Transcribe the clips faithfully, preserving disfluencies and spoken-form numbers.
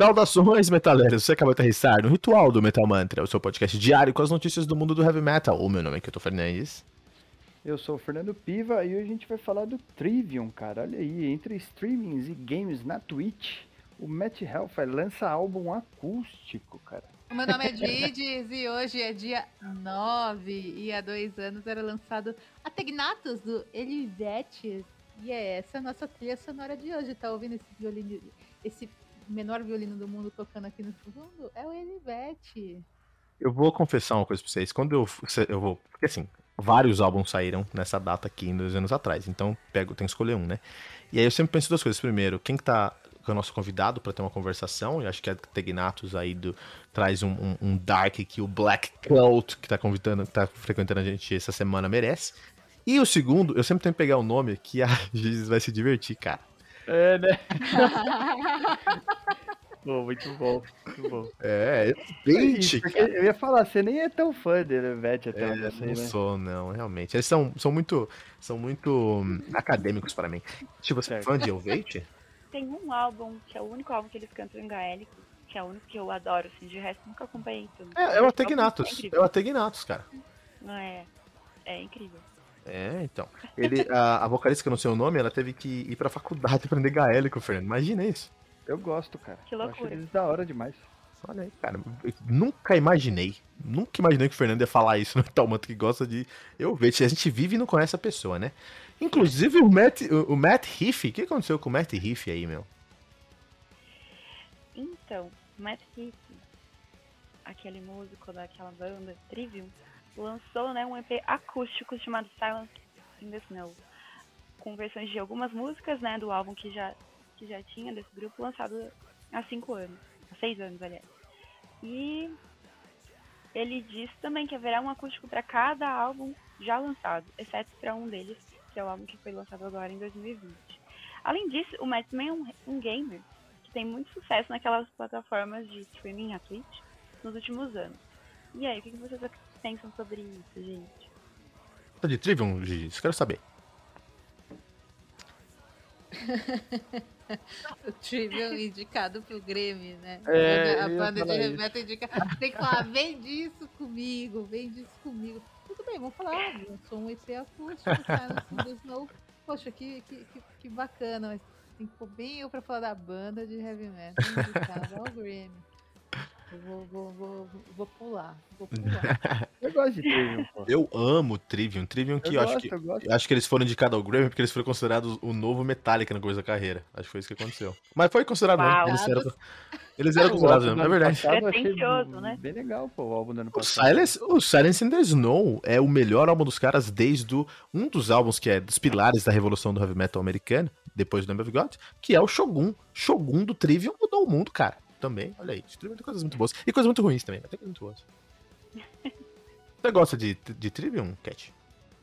Saudações, metaleiros! Você acabou de aterrissar no Ritual do Metal Mantra, o seu podcast diário com as notícias do mundo do heavy metal. O meu nome é Kilton Fernandes. Eu sou o Fernando Piva e hoje a gente vai falar do Trivium, cara. Olha aí, entre streamings e games na Twitch, o Matt Hellfire lança álbum acústico, cara. O meu nome é Didis e hoje é dia nove e há dois anos era lançado Ategnatus do Elivetes. E é essa a nossa trilha sonora de hoje. Tá ouvindo esse violino, esse menor violino do mundo tocando aqui no fundo? É o Elivete. Eu vou confessar uma coisa pra vocês. Quando eu, eu vou... Porque assim, vários álbuns saíram nessa data aqui, dois anos atrás. Então, pego, tenho que escolher um, né? E aí eu sempre penso duas coisas. Primeiro, quem que tá com o nosso convidado pra ter uma conversação? Eu acho que a Tegnatus aí do, traz um, um, um Dark que o Black Cloud, que tá, convidando, tá frequentando a gente essa semana, merece. E o segundo, eu sempre tenho que pegar o nome que a Giz vai se divertir, cara. É, né? Pô, muito bom, muito bom. É, Elivete, cara. Eu ia falar, você nem é tão fã dele, Elivete, até é, onde eu sei, não né? sou, não, realmente. Eles são, são muito, são muito hum, acadêmicos para mim. Tipo, você é fã de Elivete? Tem um álbum, que é o único álbum que eles cantam em gaélico, que é o único que eu adoro, assim, de resto nunca acompanhei tudo. É, é o Ategnatus, é o Ategnatus, cara. Não é, é incrível. É, então. Ele, a, a vocalista, que eu não sei o nome, ela teve que ir pra faculdade aprender gaélico, Fernando. Imagina isso. Eu gosto, cara. Que loucura. Eu acho eles da hora demais. Olha aí, cara. Eu nunca imaginei, nunca imaginei que o Fernando ia falar isso no Metal Mantra, que gosta de Elivete. A gente vive e não conhece a pessoa, né? Inclusive o Matt, o, o Matt Heafy. O que aconteceu com o Matt Heafy aí, meu? Então, o Matt Heafy, aquele músico daquela banda Trivium, lançou, né, um E P acústico chamado Silence in the Snow, com versões de algumas músicas, né, do álbum que já, que já tinha desse grupo, lançado há cinco anos, há seis anos, aliás. E ele disse também que haverá um acústico para cada álbum já lançado, exceto para um deles, que é o álbum que foi lançado agora em dois mil e vinte. Além disso, o Matt também é um, um gamer que tem muito sucesso naquelas plataformas de streaming, a Twitch, nos últimos anos. E aí, o que vocês pensam sobre isso, gente? Tá de Trivium, Gigi? Quero saber. O Trivium indicado pro Grêmio, né? É, a banda de heavy isso. metal indicada. Tem que falar, vem disso comigo, vem disso comigo. Tudo bem, vamos falar. Ah, eu sou um E P acústico, Silence in the Snow. Poxa, que, que, que, que bacana, mas tem que pôr bem eu pra falar da banda de heavy metal indicada ao Grêmio. Eu vou, vou, vou, vou pular, vou pular. Eu gosto de Trivium, pô. Eu amo Trivium. Trivium que eu, Eu acho gosto, que. eu gosto. Eu acho que eles foram indicados ao Grammy porque eles foram considerados o novo Metallica no começo da carreira. Acho que foi isso que aconteceu. Mas foi considerado Uau. mesmo. Eles eram, eles eram O considerados álbum mesmo, do é ano verdade. passado eu achei Pretencioso, né? Bem legal, pô, o álbum do ano O passado. Silence, o Silence in the Snow é o melhor álbum dos caras desde o, um dos álbuns que é dos pilares da revolução do heavy metal americano, depois do Lamb of God, que é o Shogun. Shogun do Trivium mudou o mundo, cara. Também, olha aí. Trivium tem coisas muito boas. E coisas muito ruins também, mas tem coisas muito boas. Você gosta de, de Trivium, Cat?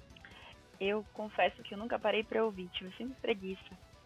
Eu confesso que eu nunca parei pra ouvir, tive sempre preguiça.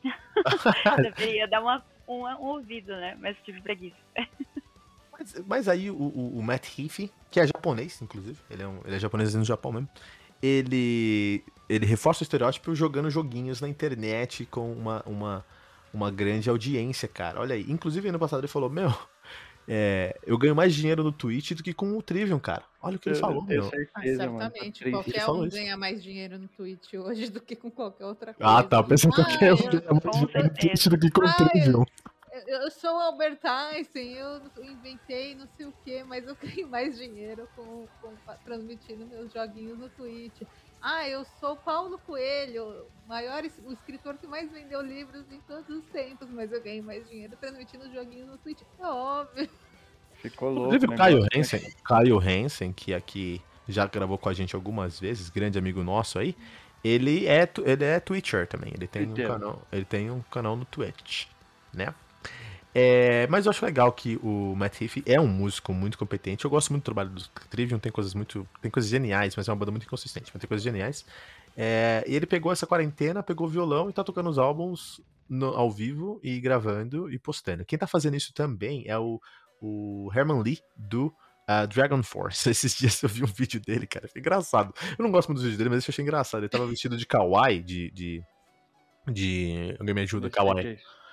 Deveria dar uma, uma, um ouvido, né? Mas tive preguiça. Mas, mas aí o, o, o Matt Heafy, que é japonês, inclusive, ele é, um, ele é japonês no Japão mesmo, ele, ele reforça o estereótipo jogando joguinhos na internet com uma, uma, uma grande audiência, cara. Olha aí. Inclusive, ano passado ele falou, meu, é, eu ganho mais dinheiro no Twitch do que com o Trivium, cara. Olha o que ele Eu falou, tenho meu. certeza, Ah, mano. certamente, Tá triste. Ele qualquer falou um isso. ganha mais dinheiro no Twitch hoje do que com qualquer outra coisa. Ah, tá. Pensando que Ah, qualquer um eu- ganha mais com dinheiro no certeza. Twitch do que com o Ah, Trivium. Eu, eu sou o Albert Einstein, eu inventei não sei o que, mas eu ganho mais dinheiro com, com transmitindo meus joguinhos no Twitch. Ah, eu sou Paulo Coelho, o maior, es- o escritor que mais vendeu livros em todos os tempos, mas eu ganho mais dinheiro transmitindo joguinhos no Twitch. É óbvio. Ficou louco. Inclusive o né, Caio negócio, né? Hansen, Caio Hansen, que aqui já gravou com a gente algumas vezes, grande amigo nosso aí, ele é, tu- ele é Twitcher também, ele tem, um Twitcher. canal, ele tem um canal no Twitch, né? É, mas eu acho legal que o Matt Heafy é um músico muito competente. Eu gosto muito do trabalho do Trivium, tem coisas muito, tem coisas geniais, mas é uma banda muito inconsistente, mas tem coisas geniais. É, e ele pegou essa quarentena, pegou o violão e tá tocando os álbuns no- ao vivo e gravando e postando. Quem tá fazendo isso também é o, o Herman Lee do ah, Dragon Force. Esses dias eu vi um vídeo dele, cara, foi engraçado. Eu não gosto muito dos vídeos dele, mas eu achei engraçado. Ele tava vestido de kawaii, de, de, de... Alguém me ajuda, Não sei o que kawaii. é isso.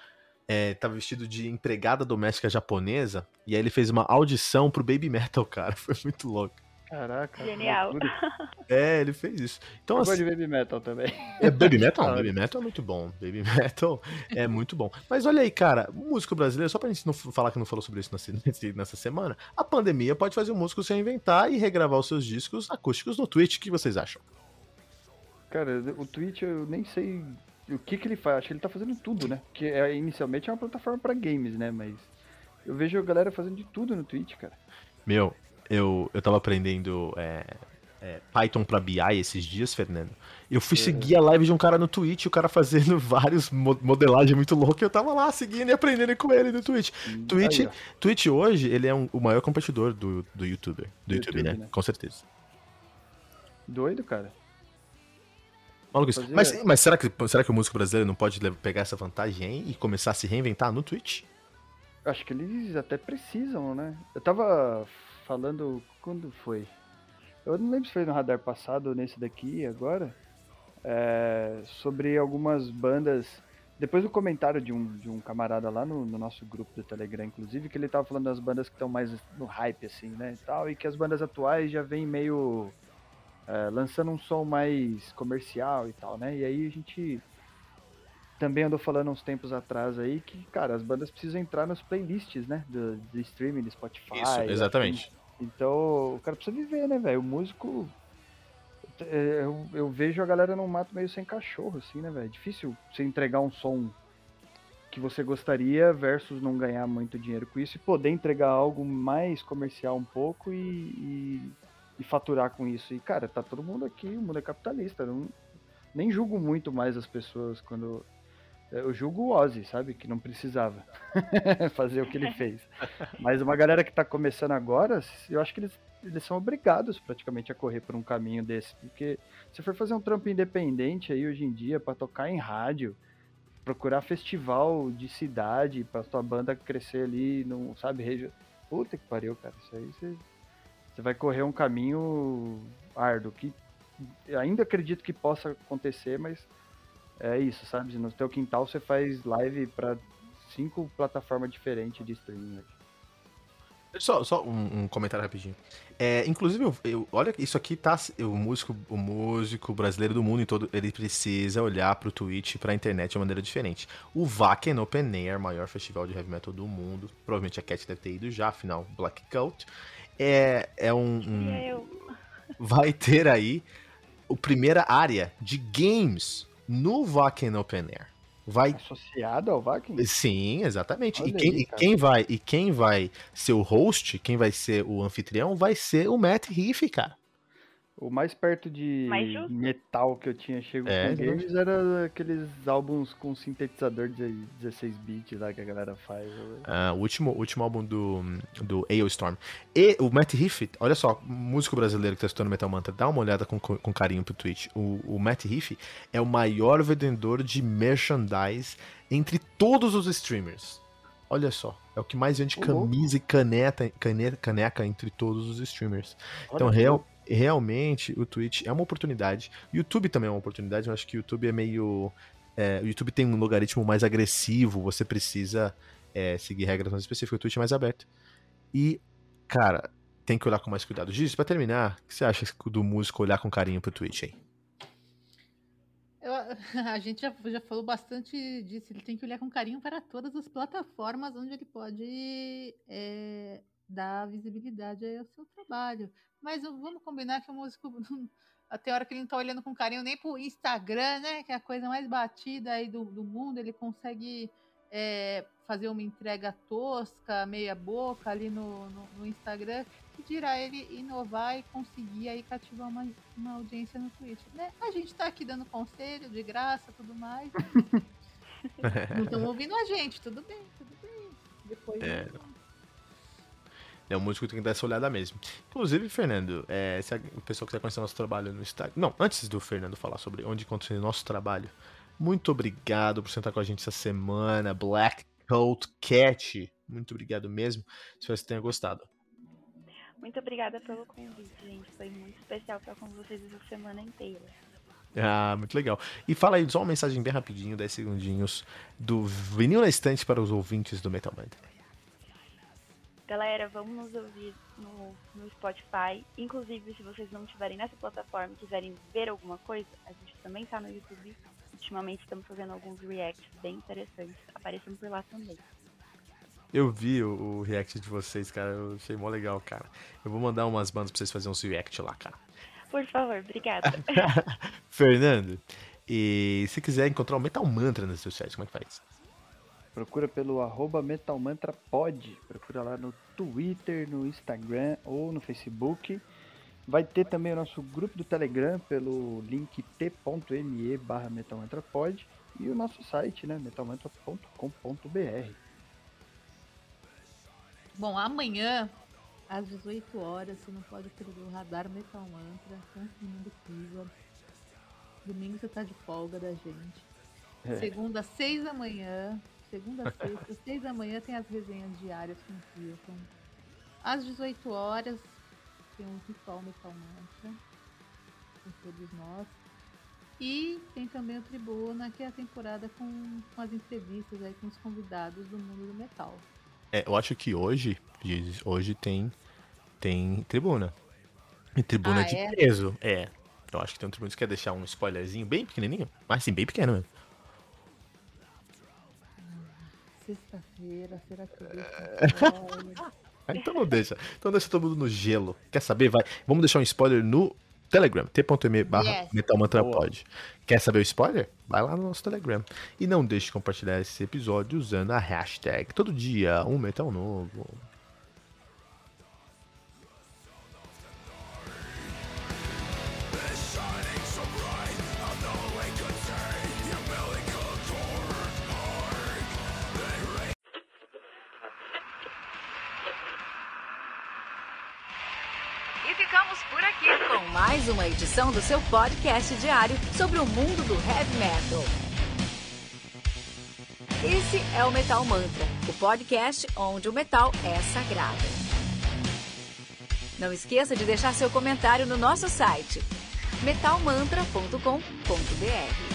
é, tava vestido de empregada doméstica japonesa, e aí ele fez uma audição pro Baby Metal, cara. Foi muito louco. Caraca, que Genial. loucura. É, ele fez isso. Então, Eu gosto assim, de Baby Metal também. é, Baby Acho Metal, da hora. Baby Metal é muito bom. Baby Metal é muito bom. Mas olha aí, cara, o músico brasileiro, só pra gente não f- falar que não falou sobre isso nessa, nesse- nessa semana, a pandemia pode fazer o músico se reinventar e regravar os seus discos acústicos no Twitch. O que vocês acham? Cara, o Twitch eu nem sei o que que ele faz. Acho que ele tá fazendo tudo, né? Porque é, inicialmente é uma plataforma pra games, né? Mas eu vejo a galera fazendo de tudo no Twitch, cara. Meu, eu, eu tava aprendendo é, é, Python pra B I esses dias, Fernando. Eu fui seguir a live de um cara no Twitch, o cara fazendo vários mo- modelagem muito louca, e eu tava lá seguindo e aprendendo com ele no Twitch. Twitch, Aí, ó, Twitch hoje, ele é um- o maior competidor do, do YouTuber. Do Do YouTube, YouTube, né? né? Com certeza. doido, cara. Maluco isso. Fazia- Mas, mas será, que, será que o músico brasileiro não pode le- pegar essa vantagem aí e começar a se reinventar no Twitch? Acho que eles até precisam, né? Eu tava falando. Quando foi? Eu não lembro se foi no radar passado ou nesse daqui agora. é, sobre algumas bandas. Depois do comentário de um, de um camarada lá no, no nosso grupo do Telegram, inclusive, que ele tava falando das bandas que estão mais no hype, assim, né? E tal, e que as bandas atuais já vêm meio. é, lançando um som mais comercial e tal, né? E aí a gente também andou falando uns tempos atrás aí que, cara, as bandas precisam entrar nas playlists, né? Do, do streaming, do Spotify. Isso, exatamente. Então, o cara precisa viver, né, velho? O músico. é, Eu, eu vejo a galera num mato meio sem cachorro, assim, né, velho? É difícil você entregar um som que você gostaria versus não ganhar muito dinheiro com isso e poder entregar algo mais comercial um pouco e, e, e faturar com isso. E, cara, tá todo mundo aqui, o mundo é capitalista. Não, nem julgo muito mais as pessoas quando. Eu julgo o Ozzy, sabe? Que não precisava fazer o que ele fez. Mas uma galera que tá começando agora, eu acho que eles, eles são obrigados praticamente a correr por um caminho desse. Porque se for fazer um trampo independente aí hoje em dia, pra tocar em rádio, procurar festival de cidade, pra tua banda crescer ali, não sabe, região. Puta que pariu, cara. Isso aí você, você vai correr um caminho árduo, que eu ainda acredito que possa acontecer, mas é isso, sabe? No teu quintal você faz live pra cinco plataformas diferentes de streaming. Só, só um, um comentário rapidinho. É, inclusive, eu, eu- olha, isso aqui tá. O músico, o músico brasileiro do mundo em todo, ele precisa olhar pro Twitch e pra internet de uma maneira diferente. O Wacken Open Air, maior festival de heavy metal do mundo. Provavelmente a Cat deve ter ido já, afinal, Black Cult. É, é um, um- E eu. vai ter aí a primeira área de games no Wacken Open Air. Vai Associado ao Vakin? Sim, exatamente. E Olha quem, aí, e cara. quem vai, e quem vai ser o host, quem vai ser o anfitrião, vai ser o Matt Riff, cara. O mais perto de Mais justo. metal que eu tinha chego É, com games era aqueles álbuns com sintetizador de dezesseis bits lá que a galera faz. Ah, o último, último álbum do, do Aeostorm. E o Matt Riff, olha só, músico brasileiro que tá estudando Metal Mantra, dá uma olhada com, com carinho pro Twitch. O, o Matt Riff é o maior vendedor de merchandise entre todos os streamers. Olha só, é o que mais vende Ô, louco. camisa e caneta, caneta, caneca entre todos os streamers. Olha Então, que real, louco. realmente, o Twitch é uma oportunidade. O YouTube também é uma oportunidade, eu acho que o YouTube é meio... é, o YouTube tem um logaritmo mais agressivo, você precisa é, seguir regras mais específicas, o Twitch é mais aberto. E, cara, tem que olhar com mais cuidado. Giz, pra terminar, o que você acha do músico olhar com carinho pro Twitch aí? Eu- a gente já, já falou bastante disso. Ele tem que olhar com carinho para todas as plataformas onde ele pode é, dar visibilidade aí ao seu trabalho. Mas uh, vamos combinar que o músico, até a hora que ele não está olhando com carinho nem pro Instagram, né? Que é a coisa mais batida aí do, do mundo, ele consegue é, fazer uma entrega tosca, meia boca ali no, no, no Instagram. Que dirá ele inovar e conseguir aí cativar uma, uma audiência no Twitch, né? A gente tá aqui dando conselho de graça, tudo mais. Não estão ouvindo a gente, tudo bem, tudo bem. Depois É. não- É, o músico tem que dar essa olhada mesmo. Inclusive, Fernando, é, se a, o pessoal quiser conhecer nosso trabalho no Instagram. Não, antes do Fernando falar sobre onde encontrar o nosso trabalho, muito obrigado por sentar com a gente essa semana. Black Coat Cat. Muito obrigado mesmo. Espero que você tenha gostado. Muito obrigada pelo convite, gente. Foi muito especial estar com vocês essa semana inteira. Ah, muito legal. E fala aí, só uma mensagem bem rapidinho, dez segundinhos, do Vinil na Estante para os ouvintes do Metal Mantra. Galera, vamos nos ouvir no, no Spotify. Inclusive, se vocês não estiverem nessa plataforma e quiserem ver alguma coisa, a gente também tá no YouTube. Ultimamente estamos fazendo alguns reacts bem interessantes. Apareçam por lá também. Eu vi o, o react de vocês, cara. Eu achei mó legal, cara. Eu vou mandar umas bandas pra vocês fazerem uns react lá, cara. Por favor, obrigada. Fernando, e se quiser encontrar o Metal Mantra no seu site, como é que faz? Procura pelo arroba metalmantrapod. Procura lá no Twitter, no Instagram ou no Facebook. Vai ter também o nosso grupo do Telegram pelo link t.me barra metalmantrapod e o nosso site, né, metalmantra ponto com ponto b r. Bom, amanhã, às dezoito horas, você não pode perder o Radar Metal Mantra com o Mundo Piva. Domingo você tá de folga da gente. É. Segunda, seis da manhã. Segunda, sexta, seis da manhã tem as resenhas diárias com o Pilton. Às dezoito horas tem o Ritual Metal Mantra com todos nós. E tem também o Tribuna, que é a temporada com, com as entrevistas aí com os convidados do mundo do metal. É, eu acho que hoje, hoje tem, tem tribuna. E tribuna Ah, de é? peso. É. Eu acho que tem um tribuna que quer deixar um spoilerzinho bem pequenininho. Mas sim, bem pequeno mesmo. Sexta-feira, será que eu deixo spoiler? Ah, então não deixa. Então deixa todo mundo no gelo. Quer saber? Vai. Vamos deixar um spoiler no Telegram, t.me barra Yes. metalmantrapod. Quer saber o spoiler? Vai lá no nosso Telegram. E não deixe de compartilhar esse episódio usando a hashtag todo dia um metal novo. E ficamos por aqui com mais uma edição do seu podcast diário sobre o mundo do heavy metal. Esse é o Metal Mantra, o podcast onde o metal é sagrado. Não esqueça de deixar seu comentário no nosso site metalmantra ponto com ponto b r.